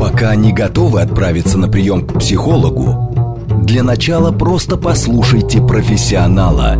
Пока не готовы отправиться на прием к психологу, для начала просто послушайте профессионала.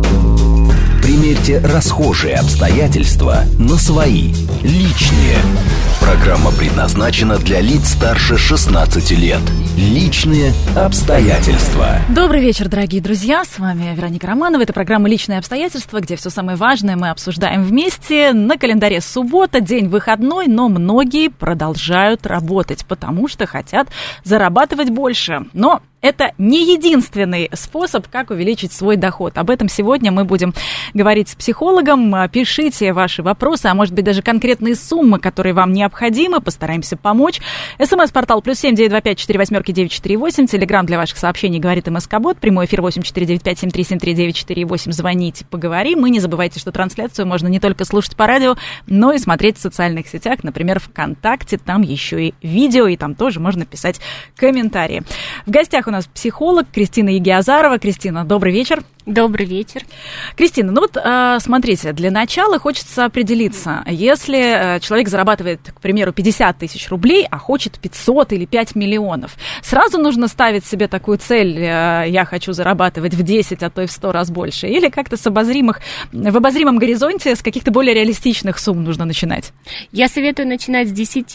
Примерьте расхожие обстоятельства на свои, личные. Программа предназначена для лиц старше 16 лет. Личные обстоятельства. Добрый вечер, дорогие друзья. С вами Вероника Романова. Это программа «Личные обстоятельства», где все самое важное мы обсуждаем вместе. На календаре суббота, день выходной, но многие продолжают работать, потому что хотят зарабатывать больше. Но это не единственный способ, как увеличить свой доход. Об этом сегодня мы будем говорить с психологом. Пишите ваши вопросы, а может быть даже конкретные суммы, которые вам необходимы. Постараемся помочь. СМС-портал +7 925 48 948. Телеграм для ваших сообщений говорит МСК-бот. Прямой эфир 8495 73 73 948. Звоните, поговорим. И не забывайте, что трансляцию можно не только слушать по радио, но и смотреть в социальных сетях. Например, ВКонтакте. Там еще и видео, и там тоже можно писать комментарии. В гостях у нас психолог Кристина Егиазарова. Кристина, добрый вечер. Добрый вечер. Кристина, ну вот смотрите, для начала хочется определиться, если человек зарабатывает, к примеру, 50 тысяч рублей, а хочет 500 или 5 миллионов, сразу нужно ставить себе такую цель, я хочу зарабатывать в 10, а то и в 100 раз больше, или как-то в обозримом горизонте с каких-то более реалистичных сумм нужно начинать? Я советую начинать с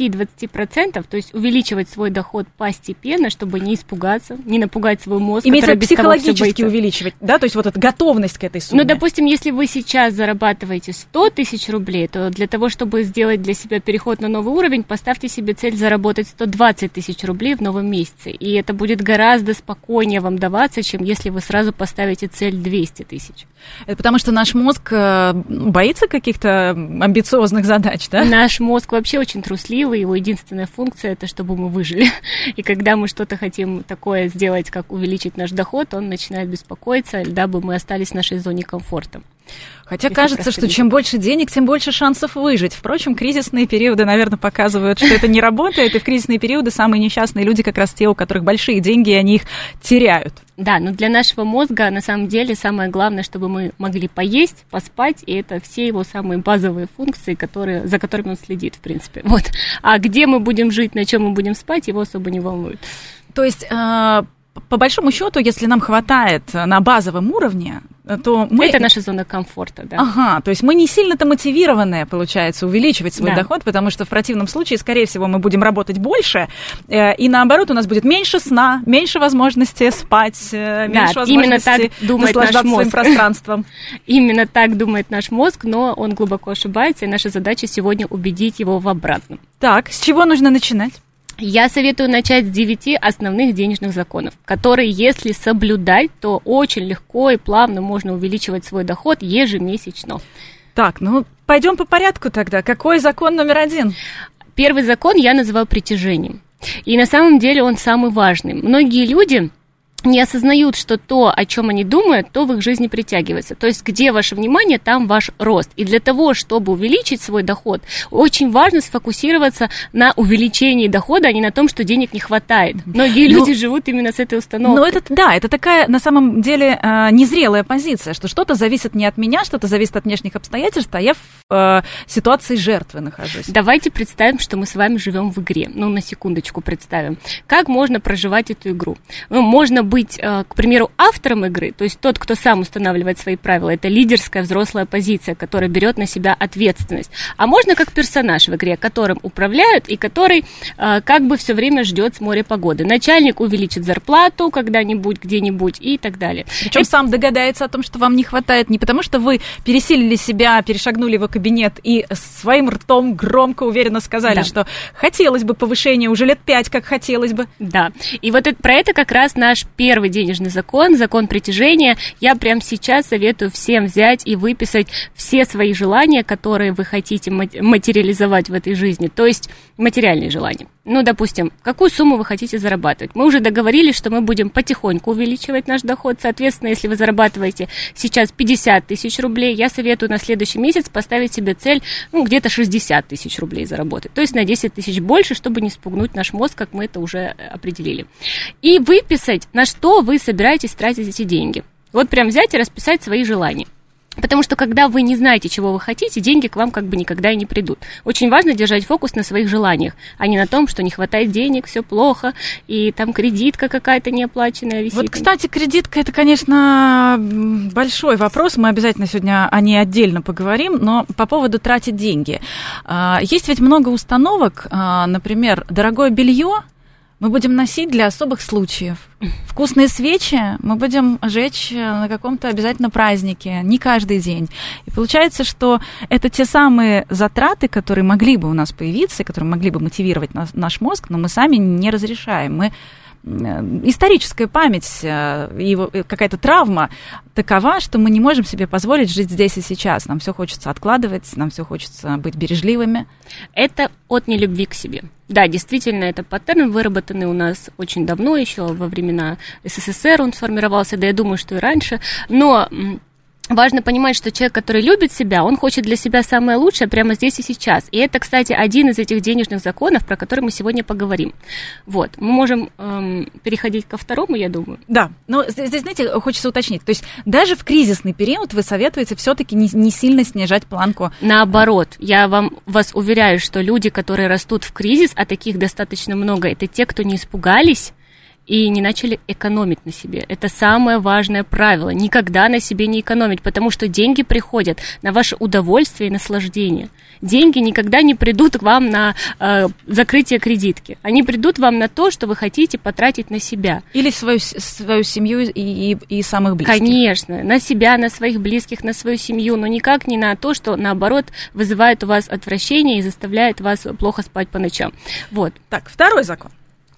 10-20%, то есть увеличивать свой доход постепенно, чтобы не испугаться, не напугать свой мозг. Имеется психологически увеличивать, да, то есть вот эта готовность к этой сумме. Ну, допустим, если вы сейчас зарабатываете 100 тысяч рублей, то для того, чтобы сделать для себя переход на новый уровень, поставьте себе цель заработать 120 тысяч рублей в новом месяце. И это будет гораздо спокойнее вам даваться, чем если вы сразу поставите цель 200 тысяч. Это потому что наш мозг боится каких-то амбициозных задач, да? Наш мозг вообще очень трусливый, его единственная функция – это чтобы мы выжили. И когда мы что-то хотим такое сделать, как увеличить наш доход, он начинает беспокоиться, дабы мы остались в нашей зоне комфорта. Хотя кажется, что чем больше денег, тем больше шансов выжить. Впрочем, кризисные периоды, наверное, показывают, что это не работает, и в кризисные периоды самые несчастные люди как раз те, у которых большие деньги, и они их теряют. Да, но для нашего мозга, на самом деле, самое главное, чтобы мы могли поесть, поспать, и это все его самые базовые функции, за которыми он следит, в принципе. Вот. А где мы будем жить, на чем мы будем спать, его особо не волнует. То есть, по большому счету, если нам хватает на базовом уровне, то мы... Это наша зона комфорта, да. Ага, то есть мы не сильно-то мотивированные, получается, увеличивать свой доход, потому что в противном случае, скорее всего, мы будем работать больше, и наоборот, у нас будет меньше сна, меньше возможности спать, меньше возможности наслаждаться своим пространством. Именно так думает наш мозг, но он глубоко ошибается, и наша задача сегодня убедить его в обратном. Так, с чего нужно начинать? Я советую начать с 9 основных денежных законов, которые, если соблюдать, то очень легко и плавно можно увеличивать свой доход ежемесячно. Так, ну пойдем по порядку тогда. Какой закон номер 1? Первый закон я называю притяжением. И на самом деле он самый важный. Многие люди не осознают, что то, о чем они думают, то в их жизни притягивается. То есть, где ваше внимание, там ваш рост. И для того, чтобы увеличить свой доход, очень важно сфокусироваться на увеличении дохода, а не на том, что денег не хватает. Многие люди живут именно с этой установкой. Но это такая, на самом деле, незрелая позиция, что что-то зависит не от меня, что-то зависит от внешних обстоятельств, а я в ситуации жертвы нахожусь. Давайте представим, что мы с вами живем в игре. Ну, на секундочку представим. Как можно проживать эту игру? Ну, можно быть, к примеру, автором игры, то есть тот, кто сам устанавливает свои правила, это лидерская взрослая позиция, которая берет на себя ответственность. А можно как персонаж в игре, которым управляют и который как бы все время ждет с моря погоды. Начальник увеличит зарплату когда-нибудь, где-нибудь и так далее. Причем сам догадается о том, что вам не хватает, не потому что вы пересилили себя, перешагнули в его кабинет и своим ртом громко, уверенно сказали, что хотелось бы повышения уже лет 5, как хотелось бы. Да, и вот про это как раз наш первый денежный закон, закон притяжения. Я прямо сейчас советую всем взять и выписать все свои желания, которые вы хотите материализовать в этой жизни, то есть материальные желания. Ну, допустим, какую сумму вы хотите зарабатывать? Мы уже договорились, что мы будем потихоньку увеличивать наш доход. Соответственно, если вы зарабатываете сейчас 50 тысяч рублей, я советую на следующий месяц поставить себе цель, где-то 60 тысяч рублей заработать. То есть на 10 тысяч больше, чтобы не спугнуть наш мозг, как мы это уже определили. И выписать, на что вы собираетесь тратить эти деньги. Вот прям взять и расписать свои желания. Потому что когда вы не знаете, чего вы хотите, деньги к вам как бы никогда и не придут. Очень важно держать фокус на своих желаниях, а не на том, что не хватает денег, все плохо, и там кредитка какая-то неоплаченная висит. Вот, кстати, кредитка – это, конечно, большой вопрос. Мы обязательно сегодня о ней отдельно поговорим. Но по поводу тратить деньги. Есть ведь много установок, например, дорогое белье мы будем носить для особых случаев. Вкусные свечи мы будем жечь на каком-то обязательно празднике, не каждый день. И получается, что это те самые затраты, которые могли бы у нас появиться, которые могли бы мотивировать наш мозг, но мы сами не разрешаем. Историческая память и какая-то травма такова, что мы не можем себе позволить жить здесь и сейчас. Нам все хочется откладывать, нам все хочется быть бережливыми. Это от нелюбви к себе. Да, действительно, это паттерн, выработанный у нас очень давно, еще во времена СССР он сформировался, да я думаю, что и раньше, но важно понимать, что человек, который любит себя, он хочет для себя самое лучшее прямо здесь и сейчас. И это, кстати, один из этих денежных законов, про который мы сегодня поговорим. Вот, мы можем переходить ко второму, я думаю. Да, но здесь, знаете, хочется уточнить. То есть даже в кризисный период вы советуете все-таки не сильно снижать планку? Наоборот, я вас уверяю, что люди, которые растут в кризис, а таких достаточно много, это те, кто не испугались и не начали экономить на себе. Это самое важное правило. Никогда на себе не экономить, потому что деньги приходят на ваше удовольствие и наслаждение. Деньги никогда не придут к вам на закрытие кредитки. Они придут вам на то, что вы хотите потратить на себя. Или свою семью и самых близких. Конечно, на себя, на своих близких, на свою семью, но никак не на то, что, наоборот, вызывает у вас отвращение и заставляет вас плохо спать по ночам. Вот. Так, второй закон.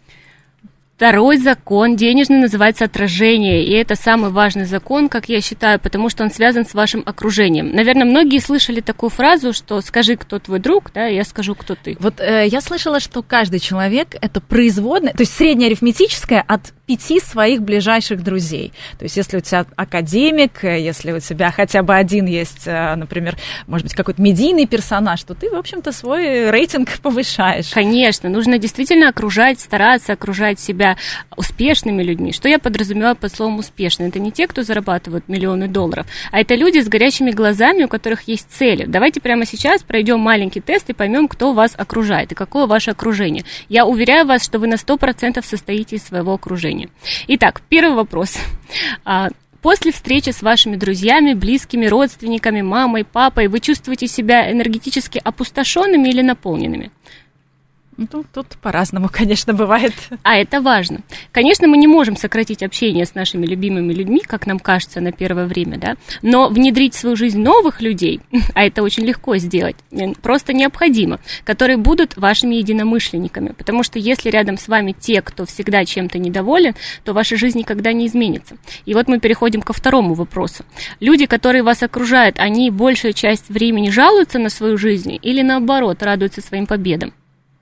Второй закон денежный называется отражение, и это самый важный закон, как я считаю, потому что он связан с вашим окружением. Наверное, многие слышали такую фразу, что «скажи, кто твой друг», да, я скажу, кто ты. Вот я слышала, что каждый человек – это производная, то есть среднеарифметическая от 5 своих ближайших друзей. То есть если у тебя академик, если у тебя хотя бы один есть, например, может быть, какой-то медийный персонаж, то ты, в общем-то, свой рейтинг повышаешь. Конечно, нужно действительно стараться окружать себя успешными людьми. Что я подразумеваю под словом «успешный»? Это не те, кто зарабатывают миллионы долларов, а это люди с горящими глазами, у которых есть цели. Давайте прямо сейчас пройдем маленький тест и поймем, кто вас окружает и какое ваше окружение. Я уверяю вас, что вы на 100% состоите из своего окружения. Итак, первый вопрос. После встречи с вашими друзьями, близкими, родственниками, мамой, папой, вы чувствуете себя энергетически опустошенными или наполненными? Тут по-разному, конечно, бывает. А это важно. Конечно, мы не можем сократить общение с нашими любимыми людьми, как нам кажется, на первое время, да, но внедрить в свою жизнь новых людей, а это очень легко сделать, просто необходимо, которые будут вашими единомышленниками, потому что если рядом с вами те, кто всегда чем-то недоволен, то ваша жизнь никогда не изменится. И вот мы переходим ко второму вопросу. Люди, которые вас окружают, они большую часть времени жалуются на свою жизнь или наоборот радуются своим победам?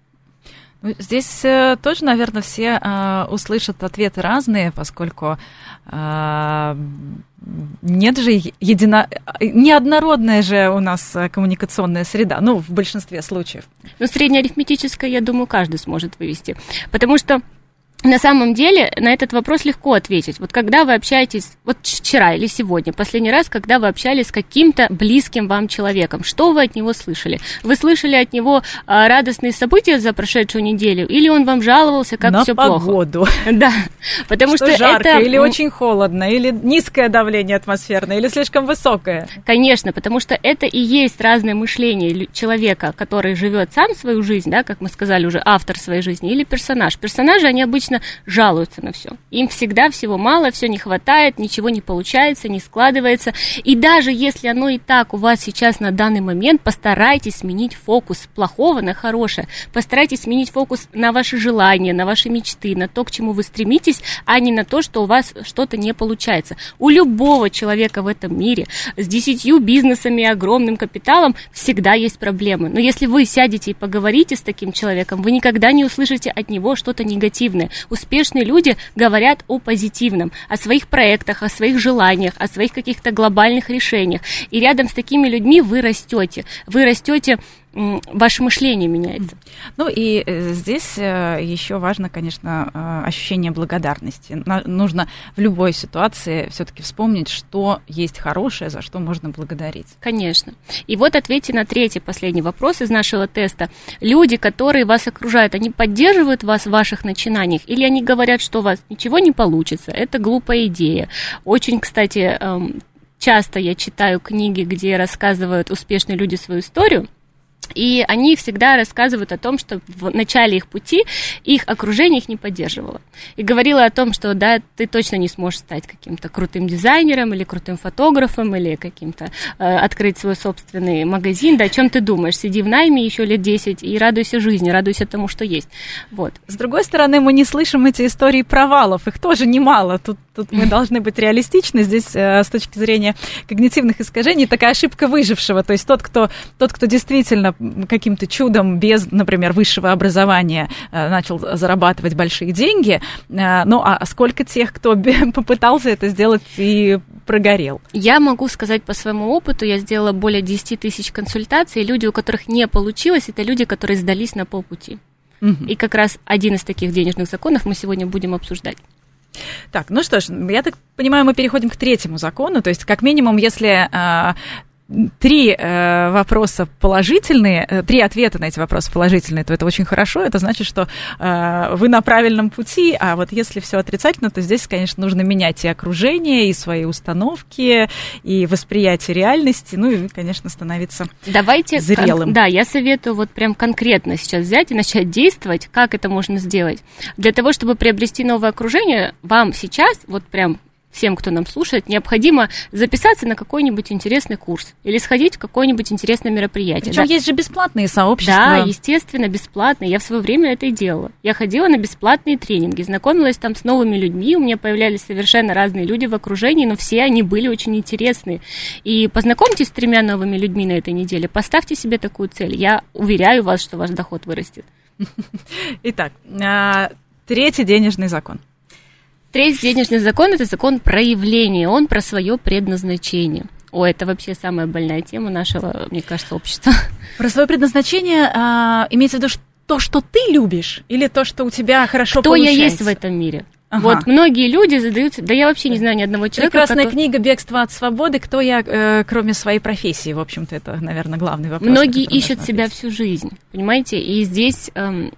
Здесь тоже, наверное, все услышат ответы разные, поскольку нет же неоднородная же у нас коммуникационная среда, в большинстве случаев. Среднеарифметическое, я думаю, каждый сможет вывести, потому что на самом деле на этот вопрос легко ответить. Вот когда вы общаетесь, вот вчера или сегодня, последний раз, когда вы общались с каким-то близким вам человеком, что вы от него слышали? Вы слышали от него радостные события за прошедшую неделю, или он вам жаловался, как все плохо? На погоду. Да, потому что жарко, это... или очень холодно, или низкое давление атмосферное, или слишком высокое. Конечно, потому что это и есть разное мышление человека, который живет сам свою жизнь, да, как мы сказали уже, автор своей жизни, или персонаж. Персонажи, они обычно жалуются на все. Им всегда всего мало, все не хватает, ничего не получается, не складывается. И даже если оно и так у вас сейчас на данный момент, постарайтесь сменить фокус с плохого на хорошее. Постарайтесь сменить фокус на ваши желания, на ваши мечты, на то, к чему вы стремитесь, а не на то, что у вас что-то не получается. У любого человека в этом мире с 10 бизнесами и огромным капиталом всегда есть проблемы. Но если вы сядете и поговорите с таким человеком, вы никогда не услышите от него что-то негативное. Успешные люди говорят о позитивном, о своих проектах, о своих желаниях, о своих каких-то глобальных решениях. И рядом с такими людьми вы растете. Вы растете ваше мышление меняется. Ну и здесь еще важно, конечно, ощущение благодарности. Нужно в любой ситуации все-таки вспомнить, что есть хорошее, за что можно благодарить. Конечно. И вот ответьте на третий, последний вопрос из нашего теста. Люди, которые вас окружают, они поддерживают вас в ваших начинаниях или они говорят, что у вас ничего не получится, это глупая идея? Очень, кстати, часто я читаю книги, где рассказывают успешные люди свою историю, и они всегда рассказывают о том, что в начале их пути их окружение их не поддерживало. И говорило о том, что да, ты точно не сможешь стать каким-то крутым дизайнером или крутым фотографом, или каким-то открыть свой собственный магазин. Да о чем ты думаешь? Сиди в найме еще лет 10 и радуйся жизни, радуйся тому, что есть. Вот. С другой стороны, мы не слышим эти истории провалов. Их тоже немало. Тут мы должны быть реалистичны. Здесь с точки зрения когнитивных искажений такая ошибка выжившего. То есть тот, кто действительно каким-то чудом без, например, высшего образования начал зарабатывать большие деньги. Ну, а сколько тех, кто попытался это сделать и прогорел? Я могу сказать по своему опыту, я сделала более 10 тысяч консультаций, и люди, у которых не получилось, это люди, которые сдались на полпути. И как раз один из таких денежных законов мы сегодня будем обсуждать. Так, ну что ж, я так понимаю, мы переходим к третьему закону, то есть как минимум, если... 3 вопроса положительные, 3 ответа на эти вопросы положительные, то это очень хорошо, это значит, что вы на правильном пути, а вот если все отрицательно, то здесь, конечно, нужно менять и окружение, и свои установки, и восприятие реальности, ну и, конечно, становиться зрелым. Да, я советую вот прям конкретно сейчас взять и начать действовать, как это можно сделать. Для того, чтобы приобрести новое окружение, вам сейчас вот прям всем, кто нам слушает, необходимо записаться на какой-нибудь интересный курс или сходить в какое-нибудь интересное мероприятие. Причем есть же бесплатные сообщества. Да, естественно, бесплатные. Я в свое время это и делала. Я ходила на бесплатные тренинги, знакомилась там с новыми людьми, у меня появлялись совершенно разные люди в окружении, но все они были очень интересные. И познакомьтесь с 3 новыми людьми на этой неделе, поставьте себе такую цель. Я уверяю вас, что ваш доход вырастет. Итак, 3-й денежный закон. 3-й денежный закон – это закон проявления, он про свое предназначение. Это вообще самая больная тема нашего, мне кажется, общества. Про свое предназначение имеется в виду то, что ты любишь, или то, что у тебя хорошо получается? Кто я есть в этом мире. Ага. Вот многие люди задаются, да я вообще не знаю ни одного человека. Прекрасная книга «Бегство от свободы». Кто я, кроме своей профессии? В общем-то, это, наверное, главный вопрос. Многие ищут себя всю жизнь, понимаете? И здесь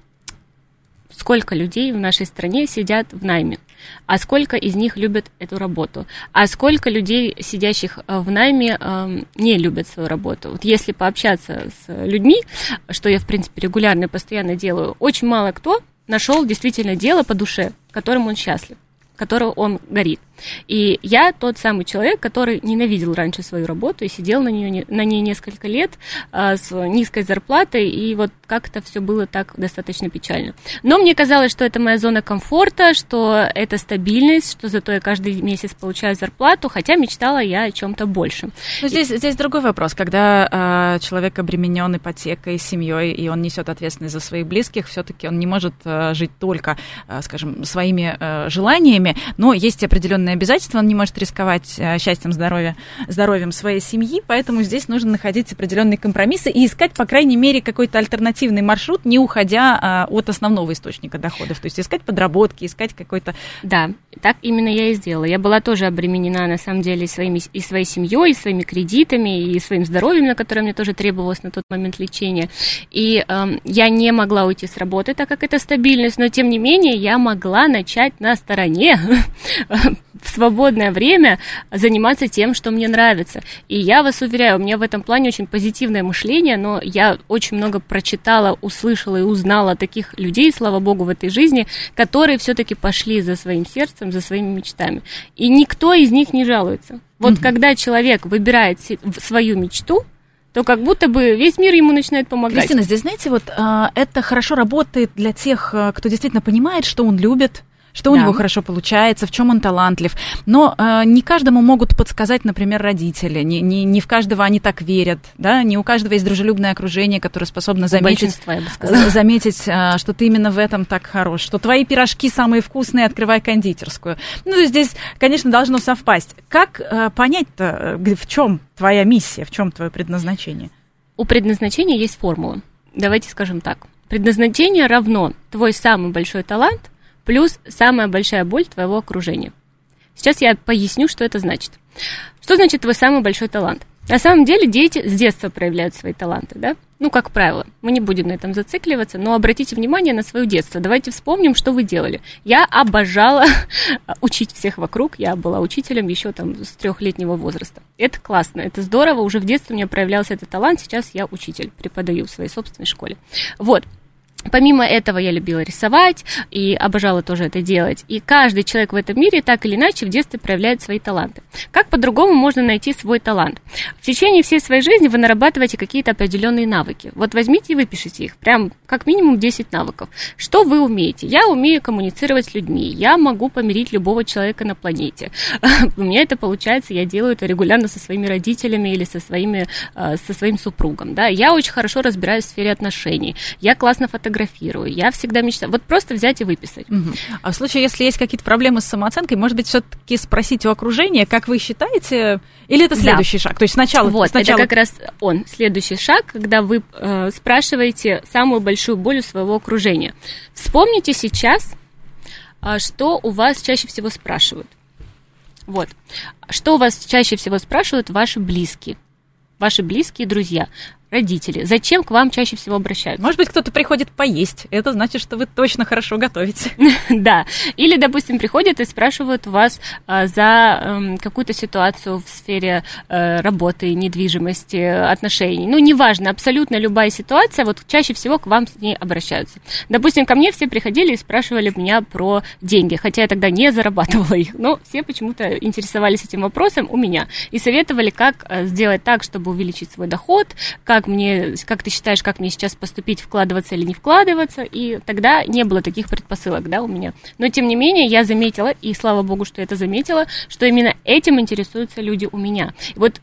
сколько людей в нашей стране сидят в найме? А сколько из них любят эту работу? А сколько людей, сидящих в найме, не любят свою работу? Вот если пообщаться с людьми, что я, в принципе, регулярно и постоянно делаю, очень мало кто нашел действительно дело по душе, которым он счастлив, которого он горит. И я тот самый человек, который ненавидел раньше свою работу и сидел на ней несколько лет с низкой зарплатой, и вот как-то все было так достаточно печально. Но мне казалось, что это моя зона комфорта, что это стабильность, что зато я каждый месяц получаю зарплату, хотя мечтала я о чем-то большем. Но здесь другой вопрос, когда человек обременен ипотекой, семьей, и он несет ответственность за своих близких, все-таки он не может жить только, скажем, своими желаниями, но есть определенные обязательства, он не может рисковать счастьем, здоровьем своей семьи, поэтому здесь нужно находить определенные компромиссы и искать, по крайней мере, какой-то альтернативный маршрут, не уходя от основного источника доходов, то есть искать подработки, искать какой-то... Да, так именно я и сделала. Я была тоже обременена, на самом деле, и своей семьей, и своими кредитами, и своим здоровьем, на которое мне тоже требовалось на тот момент лечения. И я не могла уйти с работы, так как это стабильность, но, тем не менее, я могла начать на стороне в свободное время заниматься тем, что мне нравится. И я вас уверяю, у меня в этом плане очень позитивное мышление, но я очень много прочитала, услышала и узнала таких людей, слава богу, в этой жизни, которые все-таки пошли за своим сердцем, за своими мечтами. И никто из них не жалуется. Вот когда человек выбирает свою мечту, то как будто бы весь мир ему начинает помогать. Кристина, здесь, знаете, вот это хорошо работает для тех, кто действительно понимает, что он любит, что у него хорошо получается, в чем он талантлив. Но не каждому могут подсказать, например, родители. Не в каждого они так верят. Да? Не у каждого есть дружелюбное окружение, которое способно заметить, что ты именно в этом так хорош, что твои пирожки самые вкусные, открывай кондитерскую. Ну, здесь, конечно, должно совпасть. Как понять-то, в чем твоя миссия, в чем твое предназначение? У предназначения есть формула. Давайте скажем так. Предназначение равно твой самый большой талант плюс самая большая боль твоего окружения. Сейчас я поясню, что это значит. Что значит твой самый большой талант? На самом деле дети с детства проявляют свои таланты, да? Ну, как правило. Мы не будем на этом зацикливаться, но обратите внимание на свое детство. Давайте вспомним, что вы делали. Я обожала учить всех вокруг. Я была учителем еще там с 3-летнего возраста. Это классно, это здорово. Уже в детстве у меня проявлялся этот талант. Сейчас я учитель, преподаю в своей собственной школе. Вот. Помимо этого я любила рисовать и обожала тоже это делать. И каждый человек в этом мире так или иначе в детстве проявляет свои таланты. Как по-другому можно найти свой талант? В течение всей своей жизни вы нарабатываете какие-то определенные навыки. Вот возьмите и выпишите их. Прям как минимум 10 навыков. Что вы умеете? Я умею коммуницировать с людьми. Я могу помирить любого человека на планете. У меня это получается. Я делаю это регулярно со своими родителями или со своим супругом. Да? Я очень хорошо разбираюсь в сфере отношений. Я классно фотографирую. Я всегда мечтаю. Вот просто взять и выписать. А в случае, если есть какие-то проблемы с самооценкой, может быть, все-таки спросить у окружения, как вы считаете, или это следующий шаг? То есть сначала... Вот, это как раз следующий шаг, когда вы спрашиваете самую большую боль у своего окружения. Вспомните сейчас, что у вас чаще всего спрашивают. Вот. Что у вас чаще всего спрашивают ваши близкие друзья, родители? Зачем к вам чаще всего обращаются? Может быть, кто-то приходит поесть. Это значит, что вы точно хорошо готовите. Да. Или, допустим, приходят и спрашивают вас за какую-то ситуацию в сфере работы, недвижимости, отношений. Ну, неважно, абсолютно любая ситуация, вот чаще всего к вам с ней обращаются. Допустим, ко мне все приходили и спрашивали меня про деньги, хотя я тогда не зарабатывала их, но все почему-то интересовались этим вопросом у меня и советовали, как сделать так, чтобы увеличить свой доход, как ты считаешь, как мне сейчас поступить, вкладываться или не вкладываться, и тогда не было таких предпосылок, да, у меня. Но, тем не менее, я заметила, и слава богу, что это заметила, что именно этим интересуются люди у меня. И вот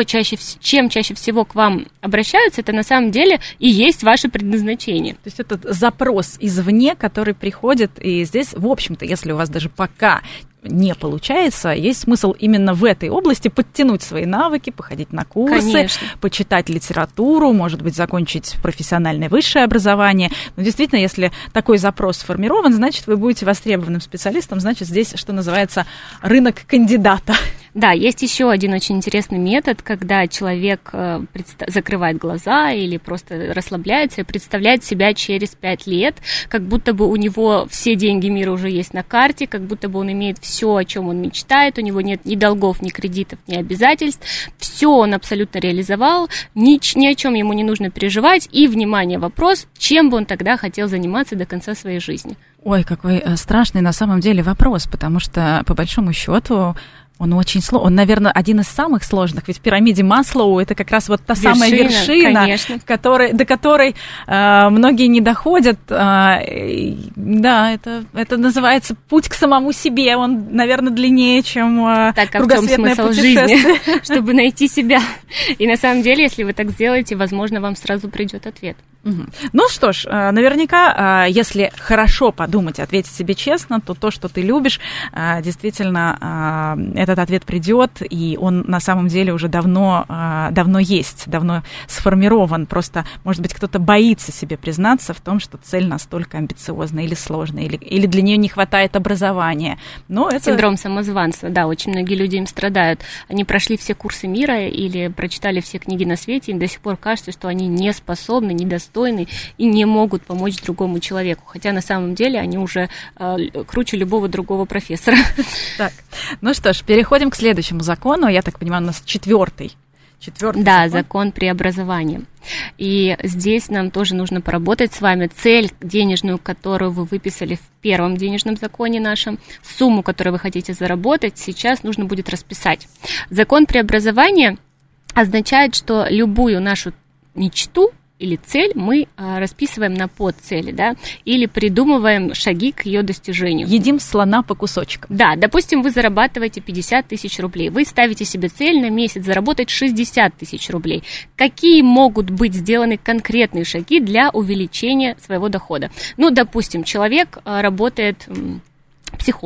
чем чаще всего к вам обращаются, это на самом деле и есть ваше предназначение. То есть это запрос извне, который приходит, и здесь, в общем-то, если у вас даже пока не получается, есть смысл именно в этой области подтянуть свои навыки, походить на курсы, Конечно. почитать литературу, может быть, закончить профессиональное высшее образование. Но действительно, если такой запрос сформирован, значит, вы будете востребованным специалистом, значит, здесь, что называется, рынок кандидата. Да, есть еще один очень интересный метод, когда человек закрывает глаза или просто расслабляется и представляет себя через 5 лет, как будто бы у него все деньги мира уже есть на карте, как будто бы он имеет все, о чем он мечтает, у него нет ни долгов, ни кредитов, ни обязательств, все он абсолютно реализовал, ни о чем ему не нужно переживать, и, внимание, вопрос, чем бы он тогда хотел заниматься до конца своей жизни. Ой, какой страшный на самом деле вопрос, потому что, по большому счету, он очень сложный. Он, наверное, один из самых сложных. Ведь в пирамиде Маслоу это как раз вот та самая вершина, до которой многие не доходят. Да, это называется путь к самому себе. Он, наверное, длиннее, чем кругосветное путешествие. Жизни, чтобы найти себя. И на самом деле, если вы так сделаете, возможно, вам сразу придет ответ. Ну что ж, наверняка, если хорошо подумать, ответить себе честно, то то, что ты любишь, действительно, этот ответ придет, и он на самом деле уже давно есть, давно сформирован. Просто, может быть, кто-то боится себе признаться в том, что цель настолько амбициозная или сложная, или для нее не хватает образования. Но это... Синдром самозванца, да, очень многие люди им страдают. Они прошли все курсы мира или прочитали все книги на свете, им до сих пор кажется, что они не способны, недостойны и не могут помочь другому человеку. Хотя на самом деле они уже круче любого другого профессора. Так, ну что ж, переходим к следующему закону. Я так понимаю, у нас четвертый закон преобразования. И здесь нам тоже нужно поработать с вами. Цель денежную, которую вы выписали в первом денежном законе нашем, сумму, которую вы хотите заработать, сейчас нужно будет расписать. Закон преобразования означает, что любую нашу мечту или цель мы расписываем на подцели, да, или придумываем шаги к ее достижению. Едим слона по кусочкам. Да, допустим, вы зарабатываете 50 тысяч рублей. Вы ставите себе цель на месяц заработать 60 тысяч рублей. Какие могут быть сделаны конкретные шаги для увеличения своего дохода? Ну, допустим, человек работает психологом.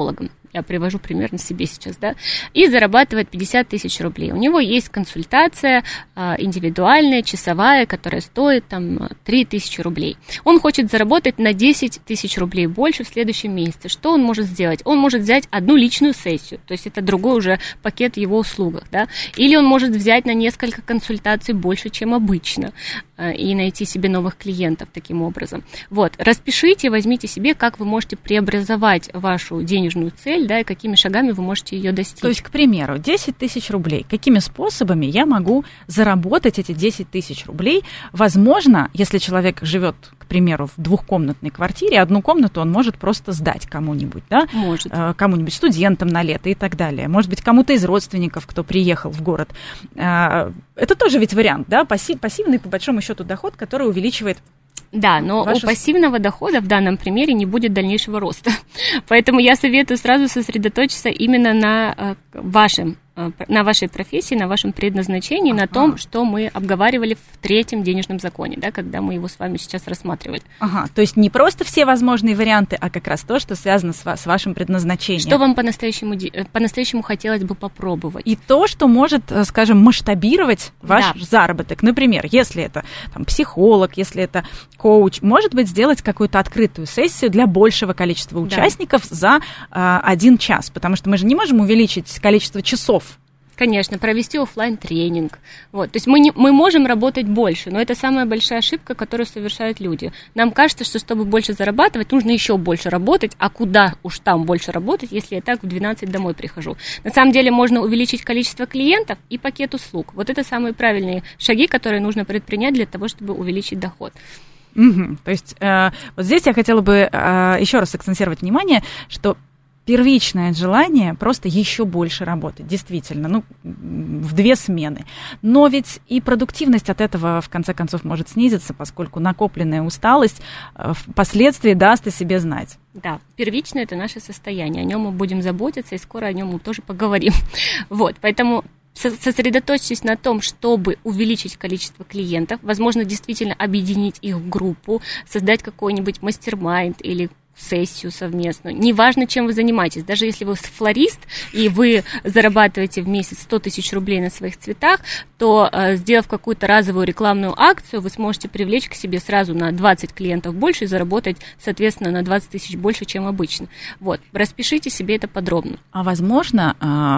я привожу примерно себе сейчас, да, и зарабатывает 50 тысяч рублей. У него есть консультация индивидуальная, часовая, которая стоит там 3 тысячи рублей. Он хочет заработать на 10 тысяч рублей больше в следующем месяце. Что он может сделать? Он может взять одну личную сессию, то есть это другой уже пакет в его услугах, да, или он может взять на несколько консультаций больше, чем обычно, и найти себе новых клиентов таким образом. Вот, распишите, возьмите себе, как вы можете преобразовать вашу денежную цель, да, и какими шагами вы можете ее достичь. То есть, к примеру, 10 тысяч рублей. Какими способами я могу заработать эти 10 тысяч рублей? Возможно, если человек живет, к примеру, в двухкомнатной квартире, одну комнату он может просто сдать кому-нибудь, да? Может. Кому-нибудь, студентам на лето и так далее. Может быть, кому-то из родственников, кто приехал в город. Это тоже ведь вариант, да? Пассивный, по большому счету, доход, который увеличивает. Да, но у пассивного дохода в данном примере не будет дальнейшего роста. Поэтому я советую сразу сосредоточиться именно на вашей профессии, на вашем предназначении, на том, что мы обговаривали в третьем денежном законе, да, когда мы его с вами сейчас рассматривали. То есть не просто все возможные варианты, а как раз то, что связано с вашим предназначением. Что вам по-настоящему хотелось бы попробовать. И то, что может, скажем, масштабировать ваш заработок. Например, если это там, психолог, если это коуч, может быть, сделать какую-то открытую сессию для большего количества участников за 1 час, потому что мы же не можем увеличить количество часов. Конечно, провести офлайн-тренинг. Вот. То есть мы можем работать больше, но это самая большая ошибка, которую совершают люди. Нам кажется, что чтобы больше зарабатывать, нужно еще больше работать, а куда уж там больше работать, если я так в 12 домой прихожу. На самом деле можно увеличить количество клиентов и пакет услуг. Вот это самые правильные шаги, которые нужно предпринять для того, чтобы увеличить доход. То есть вот здесь я хотела бы еще раз акцентировать внимание, что первичное желание просто еще больше работать, действительно, в 2 смены. Но ведь и продуктивность от этого, в конце концов, может снизиться, поскольку накопленная усталость впоследствии даст о себе знать. Да, первичное – это наше состояние, о нем мы будем заботиться, и скоро о нем мы тоже поговорим. Вот, поэтому сосредоточьтесь на том, чтобы увеличить количество клиентов, возможно, действительно объединить их в группу, создать какой-нибудь мастер-майнд или сессию совместную. Неважно, чем вы занимаетесь. Даже если вы флорист, и вы зарабатываете в месяц 100 тысяч рублей на своих цветах, то, сделав какую-то разовую рекламную акцию, вы сможете привлечь к себе сразу на 20 клиентов больше и заработать, соответственно, на 20 тысяч больше, чем обычно. Вот. Распишите себе это подробно. А возможно,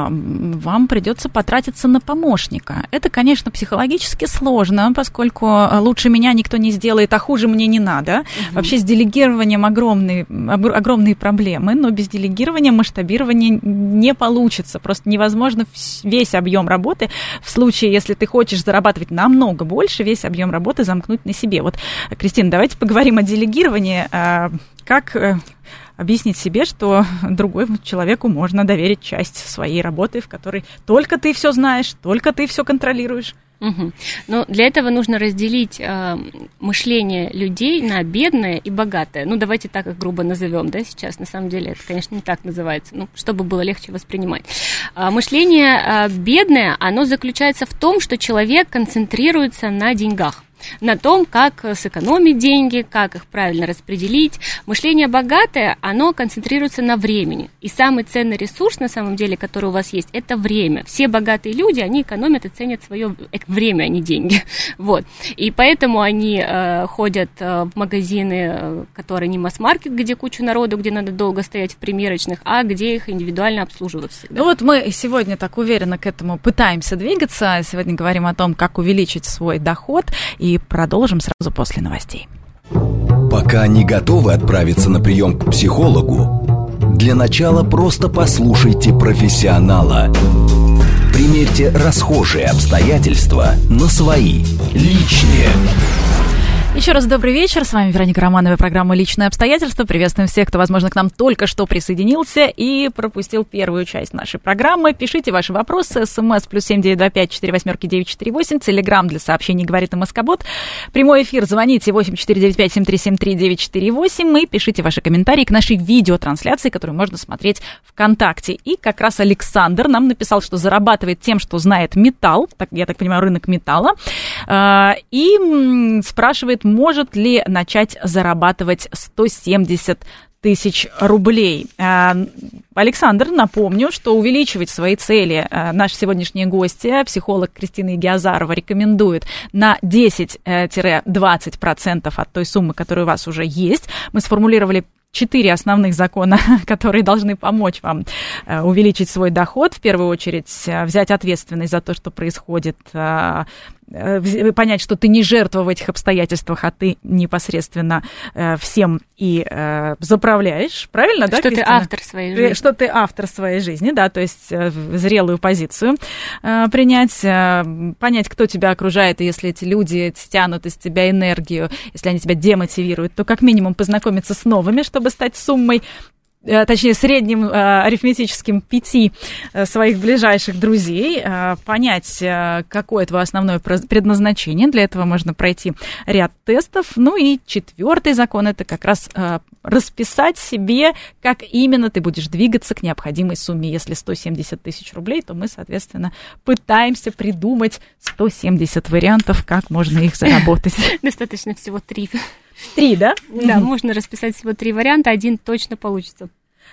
вам придется потратиться на помощника. Это, конечно, психологически сложно, поскольку лучше меня никто не сделает, а хуже мне не надо. Вообще с делегированием огромные проблемы, но без делегирования масштабирования не получится. Просто невозможно весь объем работы, в случае, если ты хочешь зарабатывать намного больше, весь объем работы замкнуть на себе. Вот, Кристина, давайте поговорим о делегировании. Как объяснить себе, что другому человеку можно доверить часть своей работы, в которой только ты все знаешь, только ты все контролируешь? Но для этого нужно разделить мышление людей на бедное и богатое. Давайте так их грубо назовем, да, сейчас. На самом деле это, конечно, не так называется, чтобы было легче воспринимать. Мышление бедное, оно заключается в том, что человек концентрируется на деньгах, на том, как сэкономить деньги, как их правильно распределить. Мышление богатое, оно концентрируется на времени. И самый ценный ресурс, на самом деле, который у вас есть, это время. Все богатые люди, они экономят и ценят свое время, а не деньги. Вот. И поэтому они ходят в магазины, которые не масс-маркет, где куча народу, где надо долго стоять в примерочных, а где их индивидуально обслуживают всегда. Вот мы сегодня так уверенно к этому пытаемся двигаться. Сегодня говорим о том, как увеличить свой доход, и продолжим сразу после новостей. Пока не готовы отправиться на прием к психологу, для начала просто послушайте профессионала. Примерьте расхожие обстоятельства на свои, личные. Еще раз добрый вечер. С вами Вероника Романова, программа «Личные обстоятельства». Приветствуем всех, кто, возможно, к нам только что присоединился и пропустил первую часть нашей программы. Пишите ваши вопросы. СМС +7 925 48 948. Телеграм для сообщений «Говорит МСК-бот». Прямой эфир. Звоните 8495 7373 948 и пишите ваши комментарии к нашей видеотрансляции, которую можно смотреть ВКонтакте. И как раз Александр нам написал, что зарабатывает тем, что знает металл. Я так понимаю, рынок металла. И спрашивает, может ли начать зарабатывать 170 тысяч рублей. Александр, напомню, что увеличивать свои цели наши сегодняшние гости, психолог Кристина Егиазарова, рекомендует на 10-20% от той суммы, которая у вас уже есть. Мы сформулировали 4 основных закона, которые должны помочь вам увеличить свой доход. В первую очередь взять ответственность за то, что происходит, понять, что ты не жертва в этих обстоятельствах, а ты непосредственно всем и заправляешь. Правильно, да, Кристина? Что ты автор своей жизни. Что ты автор своей жизни, да, то есть зрелую позицию принять, понять, кто тебя окружает, и если эти люди тянут из тебя энергию, если они тебя демотивируют, то как минимум познакомиться с новыми, чтобы стать суммой, точнее, средним арифметическим 5 своих ближайших друзей, понять, какое твое основное предназначение. Для этого можно пройти ряд тестов. Ну и 4-й закон – это как раз расписать себе, как именно ты будешь двигаться к необходимой сумме. Если 170 тысяч рублей, то мы, соответственно, пытаемся придумать 170 вариантов, как можно их заработать. Достаточно всего 3. 3, да? Да, можно расписать всего 3 варианта, 1 точно получится.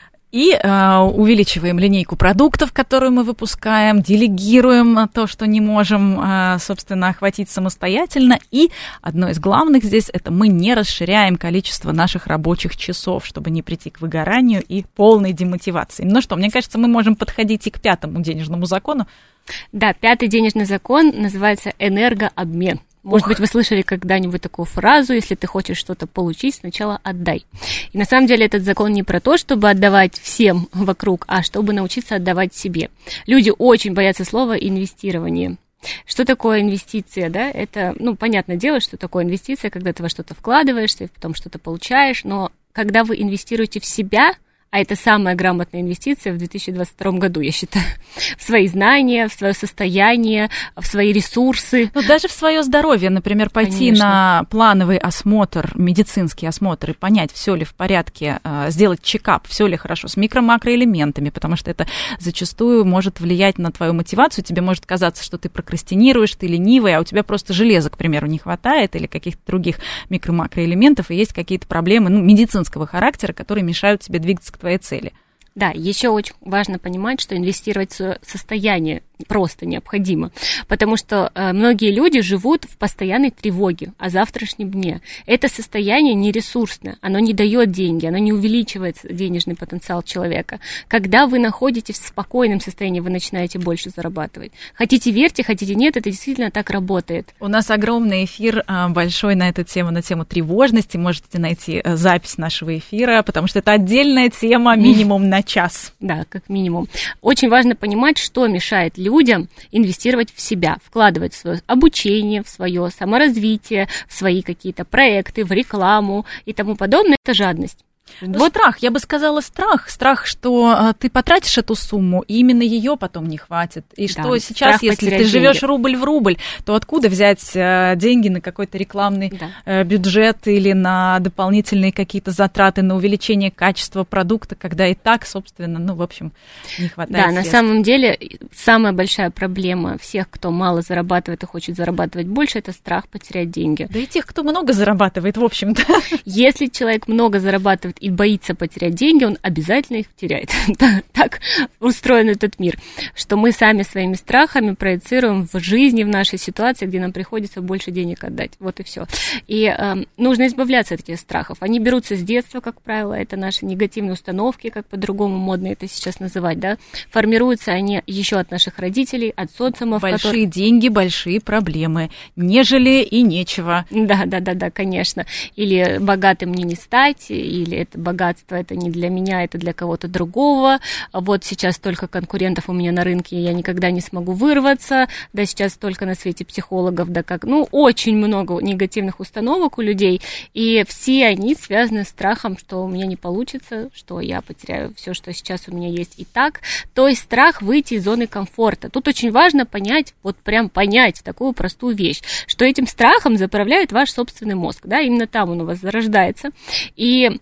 И увеличиваем линейку продуктов, которую мы выпускаем, делегируем то, что не можем, собственно, охватить самостоятельно. И одно из главных здесь – это мы не расширяем количество наших рабочих часов, чтобы не прийти к выгоранию и полной демотивации. Ну что, мне кажется, мы можем подходить и к 5-му денежному закону. Да, 5-й денежный закон называется энергообмен. Может быть, вы слышали когда-нибудь такую фразу: если ты хочешь что-то получить, сначала отдай. И на самом деле этот закон не про то, чтобы отдавать всем вокруг, а чтобы научиться отдавать себе. Люди очень боятся слова инвестирование. Что такое инвестиция, да? Это, понятное дело, что такое инвестиция, когда ты во что-то вкладываешься, потом что-то получаешь, но когда вы инвестируете в себя, а это самая грамотная инвестиция в 2022 году, я считаю, в свои знания, в свое состояние, в свои ресурсы. Даже в свое здоровье, например, пойти Конечно. на плановый осмотр, медицинский осмотр и понять, все ли в порядке, сделать чекап, все ли хорошо с микро-макроэлементами, потому что это зачастую может влиять на твою мотивацию. Тебе может казаться, что ты прокрастинируешь, ты ленивый, а у тебя просто железа, к примеру, не хватает или каких-то других микро-макроэлементов, и есть какие-то проблемы медицинского характера, которые мешают тебе двигаться к твоей цели. Да, еще очень важно понимать, что инвестировать в свое состояние просто необходимо, потому что многие люди живут в постоянной тревоге о завтрашнем дне. Это состояние нересурсное, оно не дает деньги, оно не увеличивает денежный потенциал человека. Когда вы находитесь в спокойном состоянии, вы начинаете больше зарабатывать. Хотите верьте, хотите нет, это действительно так работает. У нас огромный эфир большой на эту тему, на тему тревожности. Можете найти запись нашего эфира, потому что это отдельная тема, минимум на час. Да, как минимум. Очень важно понимать, что мешает людям инвестировать в себя, вкладывать в свое обучение, в свое саморазвитие, в свои какие-то проекты, в рекламу и тому подобное. Это жадность. Вот страх, я бы сказала страх, что ты потратишь эту сумму, и именно ее потом не хватит. И да, что сейчас, если ты живешь рубль в рубль, то откуда взять деньги на какой-то рекламный бюджет или на дополнительные какие-то затраты, на увеличение качества продукта, когда и так, собственно, в общем, не хватает средств. На самом деле самая большая проблема всех, кто мало зарабатывает и хочет зарабатывать больше, это страх потерять деньги. Да и тех, кто много зарабатывает, в общем-то. Если человек много зарабатывает и боится потерять деньги, он обязательно их теряет. Так устроен этот мир, что мы сами своими страхами проецируем в жизни, в нашей ситуации, где нам приходится больше денег отдать. Вот и все. И нужно избавляться от этих страхов. Они берутся с детства, как правило, это наши негативные установки, как по-другому модно это сейчас называть, да. Формируются они еще от наших родителей, от социума. Большие деньги, большие проблемы. Нежели и нечего. Да, конечно. Или богатым мне не стать, или это богатство, это не для меня, это для кого-то другого. Вот сейчас столько конкурентов у меня на рынке, я никогда не смогу вырваться. Да, сейчас столько на свете психологов, да как, очень много негативных установок у людей, и все они связаны с страхом, что у меня не получится, что я потеряю все, что сейчас у меня есть и так. То есть страх выйти из зоны комфорта. Тут очень важно понять, понять такую простую вещь, что этим страхом заправляет ваш собственный мозг, да, именно там он у вас зарождается. И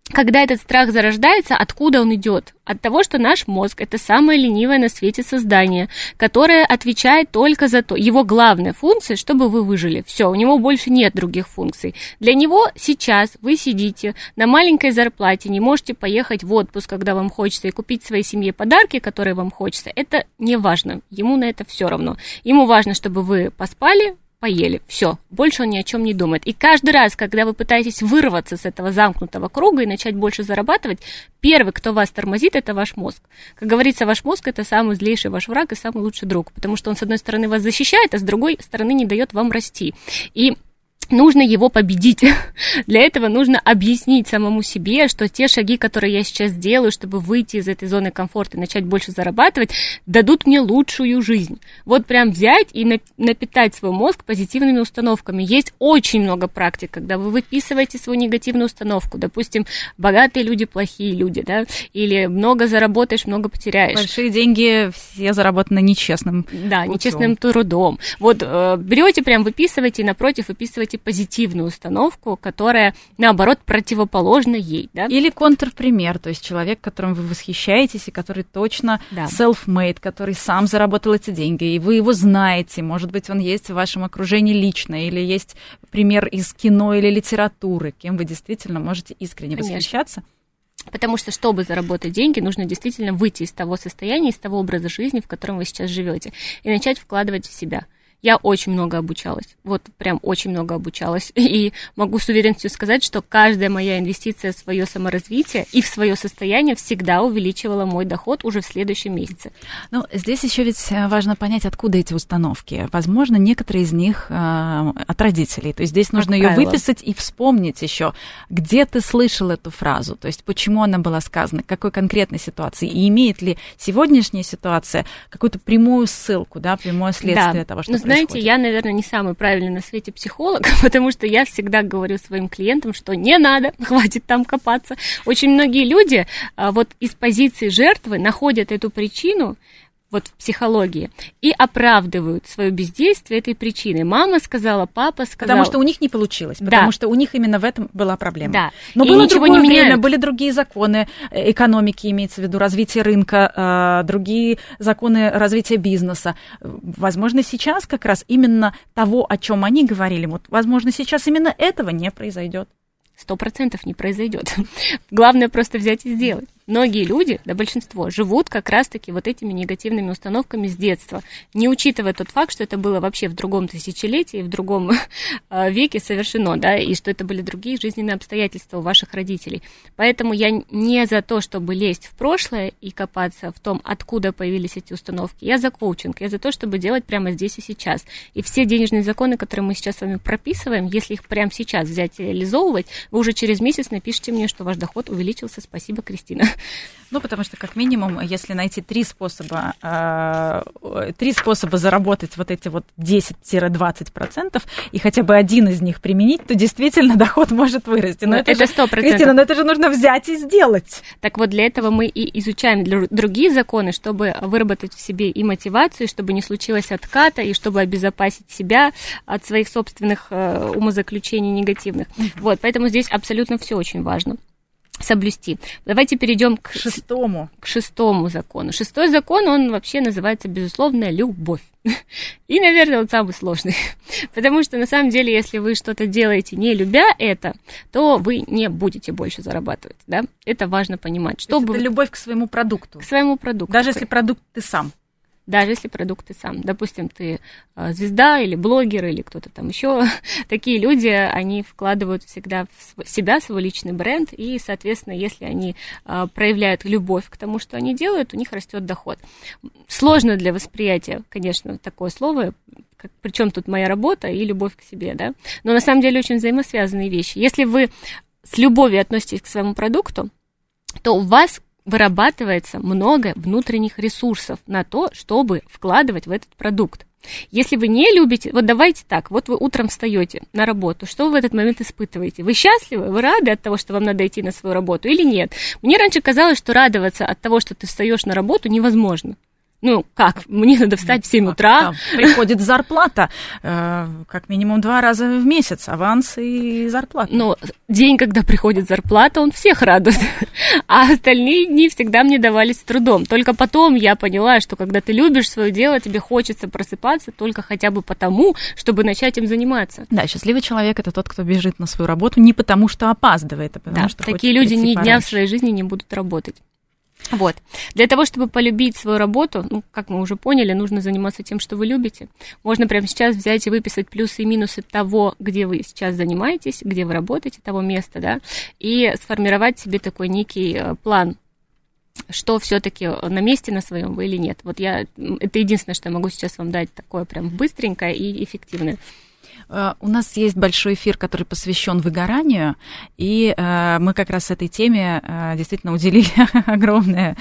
когда этот страх зарождается, откуда он идет? От того, что наш мозг – это самое ленивое на свете создание, которое отвечает только за то. Его главная функция, чтобы вы выжили. Все, у него больше нет других функций. Для него сейчас вы сидите на маленькой зарплате, не можете поехать в отпуск, когда вам хочется, и купить своей семье подарки, которые вам хочется. Это не важно. Ему на это все равно. Ему важно, чтобы вы поспали, поели, все, больше он ни о чем не думает. И каждый раз, когда вы пытаетесь вырваться с этого замкнутого круга и начать больше зарабатывать, первый, кто вас тормозит, это ваш мозг. Как говорится, ваш мозг – это самый злейший ваш враг и самый лучший друг, потому что он, с одной стороны, вас защищает, а с другой стороны, не дает вам расти. И нужно его победить. Для этого нужно объяснить самому себе, что те шаги, которые я сейчас делаю, чтобы выйти из этой зоны комфорта и начать больше зарабатывать, дадут мне лучшую жизнь. Вот прям взять и напитать свой мозг позитивными установками. Есть очень много практик, когда вы выписываете свою негативную установку. Допустим, богатые люди, плохие люди, да, или много заработаешь, много потеряешь. Большие деньги все заработаны нечестным путем. Нечестным трудом. Вот берете, прям выписываете, и напротив выписываете позитивную установку, которая, наоборот, противоположна ей. Да? Или контрпример, то есть человек, которым вы восхищаетесь, и который точно self-made, который сам заработал эти деньги, и вы его знаете, может быть, он есть в вашем окружении лично, или есть пример из кино или литературы, кем вы действительно можете искренне восхищаться. Потому что, чтобы заработать деньги, нужно действительно выйти из того состояния, из того образа жизни, в котором вы сейчас живете, и начать вкладывать в себя. Я очень много обучалась, вот прям очень много обучалась, и могу с уверенностью сказать, что каждая моя инвестиция в свое саморазвитие и в свое состояние всегда увеличивала мой доход уже в следующем месяце. Ну, здесь еще ведь важно понять, откуда эти установки. Возможно, некоторые из них от родителей, то есть здесь нужно ее выписать и вспомнить еще, где ты слышал эту фразу, то есть почему она была сказана, к какой конкретной ситуации, и имеет ли сегодняшняя ситуация какую-то прямую ссылку, да, прямое следствие того, что происходит. Знаете, я, наверное, не самый правильный на свете психолог, потому что я всегда говорю своим клиентам, что не надо, хватит там копаться. Очень многие люди вот из позиции жертвы находят эту причину вот в психологии и оправдывают свое бездействие этой причиной. Мама сказала, папа сказал. Потому что у них не получилось, потому что у них именно в этом была проблема. Да. Но было другое время, были другие законы экономики, имеется в виду развитие рынка, другие законы развития бизнеса. Возможно, сейчас как раз именно того, о чем они говорили, вот, возможно, сейчас именно этого не произойдет. 100% не произойдет. Главное просто взять и сделать. Многие люди, да большинство, живут как раз-таки вот этими негативными установками с детства, не учитывая тот факт, что это было вообще в другом тысячелетии, в другом веке совершено, да, и что это были другие жизненные обстоятельства у ваших родителей. Поэтому я не за то, чтобы лезть в прошлое и копаться в том, откуда появились эти установки. Я за коучинг, я за то, чтобы делать прямо здесь и сейчас. И все денежные законы, которые мы сейчас с вами прописываем, если их прямо сейчас взять и реализовывать, вы уже через месяц напишите мне, что ваш доход увеличился. Спасибо, Кристина. Ну, потому что, как минимум, если найти три способа заработать вот эти вот 10-20% и хотя бы один из них применить, то действительно доход может вырасти. Но это 100%. Кристина, но это же нужно взять и сделать. Так вот, для этого мы и изучаем другие законы, чтобы выработать в себе и мотивацию, чтобы не случилось отката, и чтобы обезопасить себя от своих собственных умозаключений негативных. Вот, поэтому здесь абсолютно все очень важно соблюсти. Давайте перейдем к шестому закону. Шестой закон, он вообще называется, безусловно, любовь. И, наверное, он самый сложный. Потому что, на самом деле, если вы что-то делаете, не любя это, то вы не будете больше зарабатывать. Да? Это важно понимать. Это любовь к своему продукту. К своему продукту. Даже если продукт ты сам. Даже если продукт ты сам. Допустим, ты звезда или блогер, или кто-то там еще. Такие люди, они вкладывают всегда в себя свой личный бренд, и, соответственно, если они проявляют любовь к тому, что они делают, у них растет доход. Сложно для восприятия, конечно, такое слово, причем тут моя работа и любовь к себе, да? Но на самом деле очень взаимосвязанные вещи. Если вы с любовью относитесь к своему продукту, то у вас вырабатывается много внутренних ресурсов на то, чтобы вкладывать в этот продукт. Если вы не любите, вот давайте так, вот вы утром встаете на работу, что вы в этот момент испытываете? Вы счастливы? Вы рады от того, что вам надо идти на свою работу или нет? Мне раньше казалось, что радоваться от того, что ты встаешь на работу, невозможно. Ну, как? Мне надо встать в 7 утра. Приходит зарплата, как минимум 2 раза в месяц, аванс и зарплата. Но день, когда приходит зарплата, он всех радует. А остальные дни всегда мне давались с трудом. Только потом я поняла, что когда ты любишь свое дело, тебе хочется просыпаться только хотя бы потому, чтобы начать им заниматься. Да, счастливый человек – это тот, кто бежит на свою работу не потому, что опаздывает, а потому что такие люди ни дня в своей жизни не будут работать. Вот. Для того, чтобы полюбить свою работу, ну, как мы уже поняли, нужно заниматься тем, что вы любите. Можно прямо сейчас взять и выписать плюсы и минусы того, где вы сейчас занимаетесь, где вы работаете, того места, да, и сформировать себе такой некий план, что все-таки на месте на своем вы или нет. Вот это единственное, что я могу сейчас вам дать, такое прям быстренькое и эффективное. У нас есть большой эфир, который посвящен выгоранию, и мы как раз этой теме действительно уделили огромное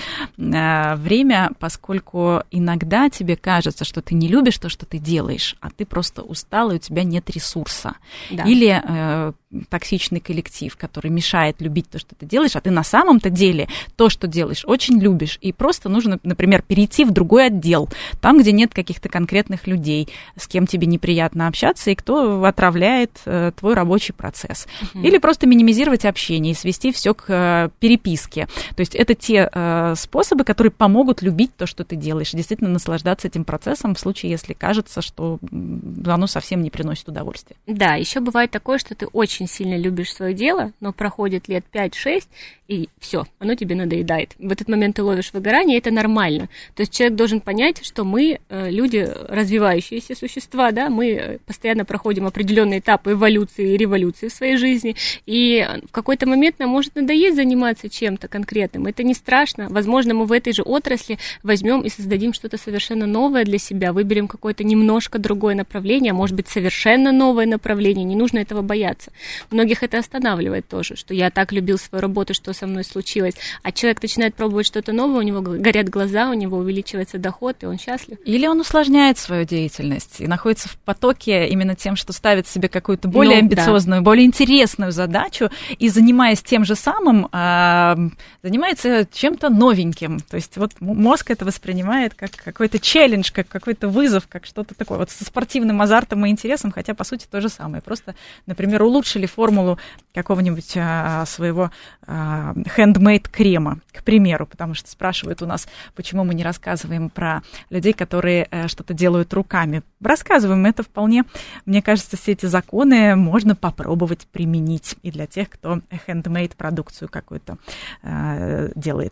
время, поскольку иногда тебе кажется, что ты не любишь то, что ты делаешь, а ты просто устал, и у тебя нет ресурса. Да. Или токсичный коллектив, который мешает любить то, что ты делаешь, а ты на самом-то деле то, что делаешь, очень любишь, и просто нужно, например, перейти в другой отдел, там, где нет каких-то конкретных людей, с кем тебе неприятно общаться, и кто отравляет твой рабочий процесс. Или просто минимизировать общение и свести все к переписке. То есть это те способы, которые помогут любить то, что ты делаешь, действительно наслаждаться этим процессом в случае, если кажется, что оно совсем не приносит удовольствия. Да, еще бывает такое, что ты очень сильно любишь свое дело, но проходит лет 5-6, и все, оно тебе надоедает. В этот момент ты ловишь выгорание, и это нормально. То есть человек должен понять, что мы люди, развивающиеся существа, да, мы постоянно проходим определенные этапы эволюции и революции в своей жизни, и в какой-то момент нам может надоесть заниматься чем-то конкретным. Это не страшно. Возможно, мы в этой же отрасли возьмем и создадим что-то совершенно новое для себя, выберем какое-то немножко другое направление, может быть, совершенно новое направление, не нужно этого бояться. Многих это останавливает тоже, что я так любил свою работу, что со мной случилось. А человек начинает пробовать что-то новое, у него горят глаза, у него увеличивается доход, и он счастлив. Или он усложняет свою деятельность и находится в потоке именно тем, что ставит себе какую-то более амбициозную, более интересную задачу, и, занимаясь тем же самым, занимается чем-то новеньким. То есть вот мозг это воспринимает как какой-то челлендж, как какой-то вызов, как что-то такое вот со спортивным азартом и интересом, хотя, по сути, то же самое. Просто, например, улучшили формулу какого-нибудь своего handmade крема, к примеру, потому что спрашивают у нас, почему мы не рассказываем про людей, которые что-то делают руками. Рассказываем, это вполне, мне кажется, все эти законы можно попробовать применить и для тех, кто handmade продукцию какую-то делает.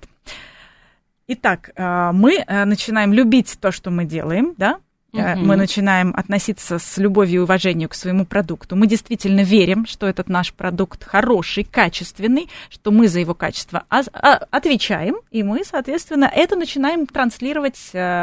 Итак, мы начинаем любить то, что мы делаем, да? Мы начинаем относиться с любовью и уважением к своему продукту. Мы действительно верим, что этот наш продукт хороший, качественный, что мы за его качество отвечаем, и мы, соответственно, это начинаем транслировать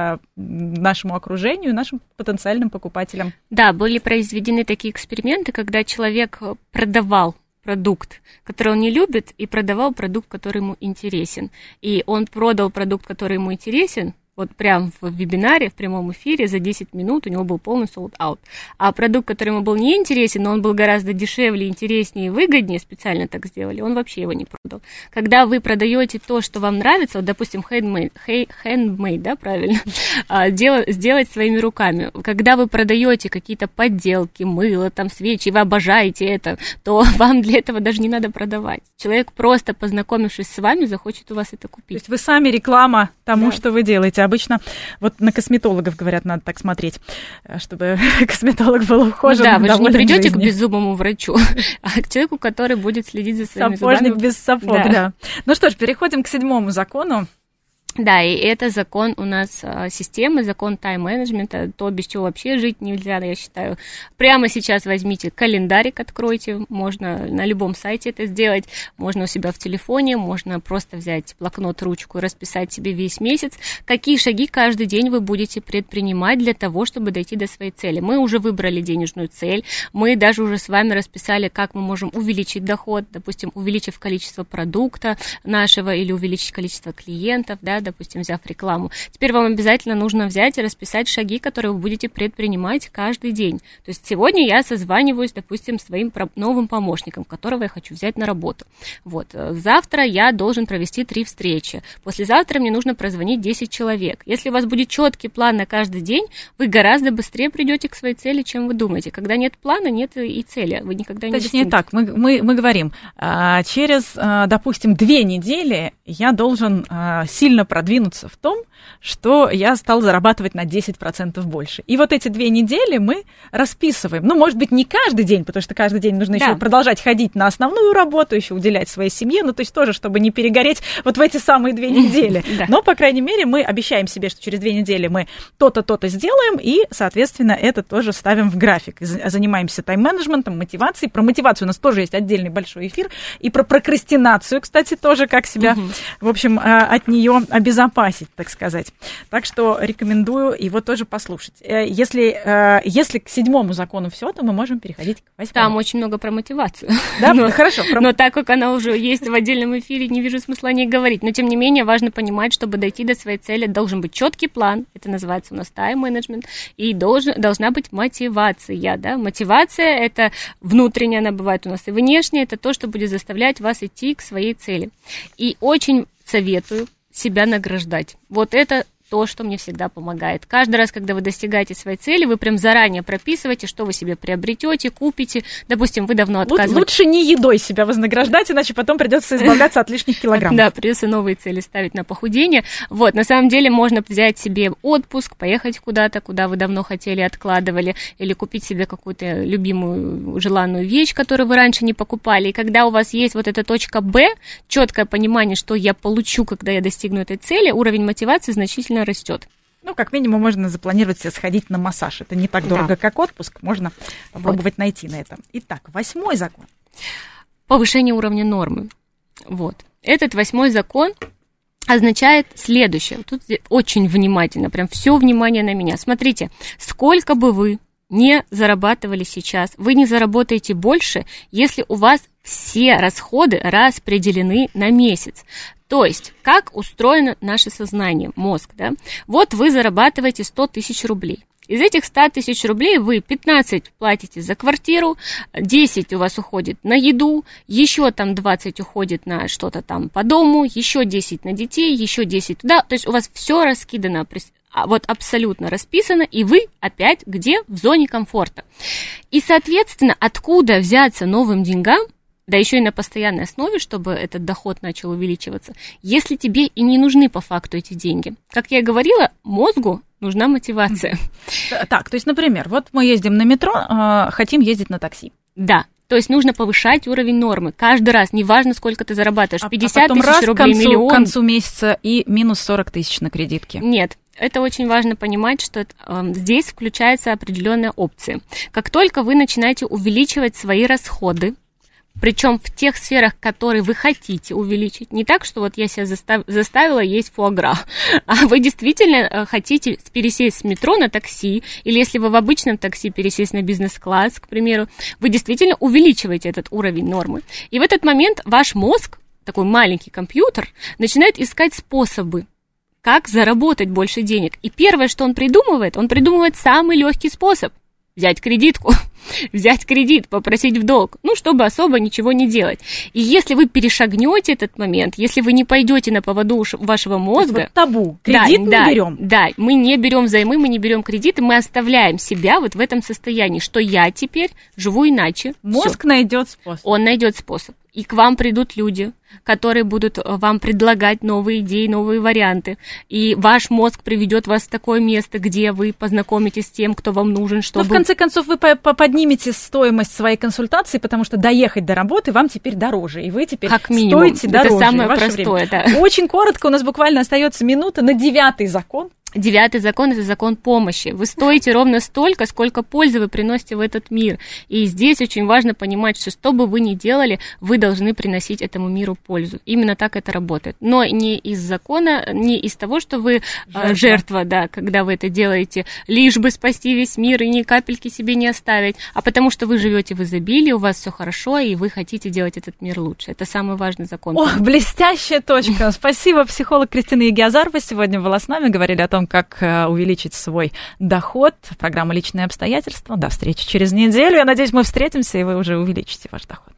нашему окружению, нашим потенциальным покупателям. Да, были произведены такие эксперименты, когда человек продавал продукт, который он не любит, и продавал продукт, который ему интересен. И он продал продукт, который ему интересен, вот прям в вебинаре, в прямом эфире за 10 минут у него был полный sold out. А продукт, который ему был не интересен, но он был гораздо дешевле, интереснее и выгоднее, специально так сделали, он вообще его не продал. Когда вы продаете то, что вам нравится, вот, допустим, handmade, да, правильно, сделать своими руками. Когда вы продаете какие-то подделки, мыло, там, свечи, вы обожаете это, то вам для этого даже не надо продавать. Человек, просто познакомившись с вами, захочет у вас это купить. То есть вы сами реклама тому, что вы делаете. Обычно вот на косметологов, говорят, надо так смотреть, чтобы косметолог был ухожен. Да, вы же не придете к беззубому врачу, а к человеку, который будет следить за своими зубами. Сапожник без сапог, да. Ну что ж, переходим к 7-му закону. Да, и это закон у нас системы, закон тайм-менеджмента, то, без чего вообще жить нельзя, я считаю. Прямо сейчас возьмите календарик, откройте, можно на любом сайте это сделать, можно у себя в телефоне, можно просто взять блокнот, ручку и расписать себе весь месяц, какие шаги каждый день вы будете предпринимать для того, чтобы дойти до своей цели. Мы уже выбрали денежную цель, мы даже уже с вами расписали, как мы можем увеличить доход, допустим, увеличив количество продукта нашего или увеличить количество клиентов, да, допустим, взяв рекламу. Теперь вам обязательно нужно взять и расписать шаги, которые вы будете предпринимать каждый день. То есть сегодня я созваниваюсь, допустим, с своим новым помощником, которого я хочу взять на работу. Вот. Завтра я должен провести 3 встречи. Послезавтра мне нужно прозвонить 10 человек. Если у вас будет четкий план на каждый день, вы гораздо быстрее придете к своей цели, чем вы думаете. Когда нет плана, нет и цели. Вы никогда не достигнете. Точнее так, мы говорим, через, допустим, 2 недели я должен сильно продвинуться в том, что я стал зарабатывать на 10% больше. И вот эти 2 недели мы расписываем. Ну, может быть, не каждый день, потому что каждый день нужно еще продолжать ходить на основную работу, еще уделять своей семье, ну, то есть тоже, чтобы не перегореть вот в эти самые 2 недели. Но, по крайней мере, мы обещаем себе, что через 2 недели мы то-то, то-то сделаем, и, соответственно, это тоже ставим в график. Занимаемся тайм-менеджментом, мотивацией. Про мотивацию у нас тоже есть отдельный большой эфир. И про прокрастинацию, кстати, тоже, как себя, в общем, от нее обезопасить, так сказать. Так что рекомендую его тоже послушать. Если к 7-му закону все, то мы можем переходить к 8-му. Там очень много про мотивацию. Да, хорошо. Но так как она уже есть в отдельном эфире, не вижу смысла о ней говорить. Но, тем не менее, важно понимать, чтобы дойти до своей цели, должен быть четкий план, это называется у нас тайм-менеджмент, и должна быть мотивация. Да? Мотивация – это внутренняя, она бывает у нас и внешняя, это то, что будет заставлять вас идти к своей цели. И очень советую себя награждать. Вот это то, что мне всегда помогает. Каждый раз, когда вы достигаете своей цели, вы прям заранее прописываете, что вы себе приобретете, купите. Допустим, вы давно отказываетесь. Лучше не едой себя вознаграждать, иначе потом придется избавляться от лишних килограммов. Да, придется новые цели ставить на похудение. Вот, на самом деле можно взять себе отпуск, поехать куда-то, куда вы давно хотели, откладывали, или купить себе какую-то любимую, желанную вещь, которую вы раньше не покупали. И когда у вас есть вот эта точка Б, четкое понимание, что я получу, когда я достигну этой цели, уровень мотивации значительно растет. Ну, как минимум, можно запланировать себе сходить на массаж. Это не так дорого, как отпуск. Можно попробовать найти на это. Итак, 8-й закон. Повышение уровня нормы. Вот. Этот 8-й закон означает следующее. Тут очень внимательно, прям все внимание на меня. Смотрите, сколько бы вы не зарабатывали сейчас, вы не заработаете больше, если у вас все расходы распределены на месяц. То есть, как устроено наше сознание, мозг, да? Вот вы зарабатываете 100 тысяч рублей. Из этих 100 тысяч рублей вы 15 платите за квартиру, 10 у вас уходит на еду, еще там 20 уходит на что-то там по дому, еще 10 на детей, еще 10 туда. То есть у вас все раскидано, вот абсолютно расписано, и вы опять где? В зоне комфорта. И, соответственно, откуда взяться новым деньгам, да еще и на постоянной основе, чтобы этот доход начал увеличиваться, если тебе и не нужны по факту эти деньги. Как я и говорила, мозгу нужна мотивация. Так, то есть, например, вот мы ездим на метро, хотим ездить на такси. Да. То есть нужно повышать уровень нормы каждый раз, неважно, сколько ты зарабатываешь, 50 тысяч рублей, миллион. К концу месяца и минус 40 тысяч на кредитке. Нет. Это очень важно понимать, что здесь включаются определенные опции. Как только вы начинаете увеличивать свои расходы, причем в тех сферах, которые вы хотите увеличить, не так, что вот я себя заставила есть фуагра, а вы действительно хотите пересесть с метро на такси, или если вы в обычном такси пересесть на бизнес-класс, к примеру, вы действительно увеличиваете этот уровень нормы. И в этот момент ваш мозг, такой маленький компьютер, начинает искать способы, как заработать больше денег. И первое, что он придумывает самый легкий способ. Взять кредитку, взять кредит, попросить в долг, чтобы особо ничего не делать. И если вы перешагнете этот момент, если вы не пойдете на поводу вашего мозга... Вот табу. Кредит не берем. Да, мы не берем взаймы, мы не берем кредиты, мы оставляем себя вот в этом состоянии, что я теперь живу иначе. Мозг найдет способ. Он найдет способ. И к вам придут люди, которые будут вам предлагать новые идеи, новые варианты. И ваш мозг приведет вас в такое место, где вы познакомитесь с тем, кто вам нужен, чтобы... Но в конце концов вы поднимете стоимость своей консультации, потому что доехать до работы вам теперь дороже, и вы теперь как минимум. Стоите дороже. Это самое простое, да. Очень коротко, у нас буквально остается минута на 9-й закон. 9-й закон – это закон помощи. Вы стоите ровно столько, сколько пользы вы приносите в этот мир. И здесь очень важно понимать, что бы вы ни делали, вы должны приносить этому миру пользу. Именно так это работает. Но не из закона, не из того, что вы жертва, да, когда вы это делаете, лишь бы спасти весь мир и ни капельки себе не оставить, а потому что вы живете в изобилии, у вас все хорошо, и вы хотите делать этот мир лучше. Это самый важный закон. Ох, блестящая точка. Спасибо. Психолог Кристина Егиазарова сегодня была с нами. Говорили о том, как увеличить свой доход. Программа «Личные обстоятельства». До встречи через неделю. Я надеюсь, мы встретимся, и вы уже увеличите ваш доход.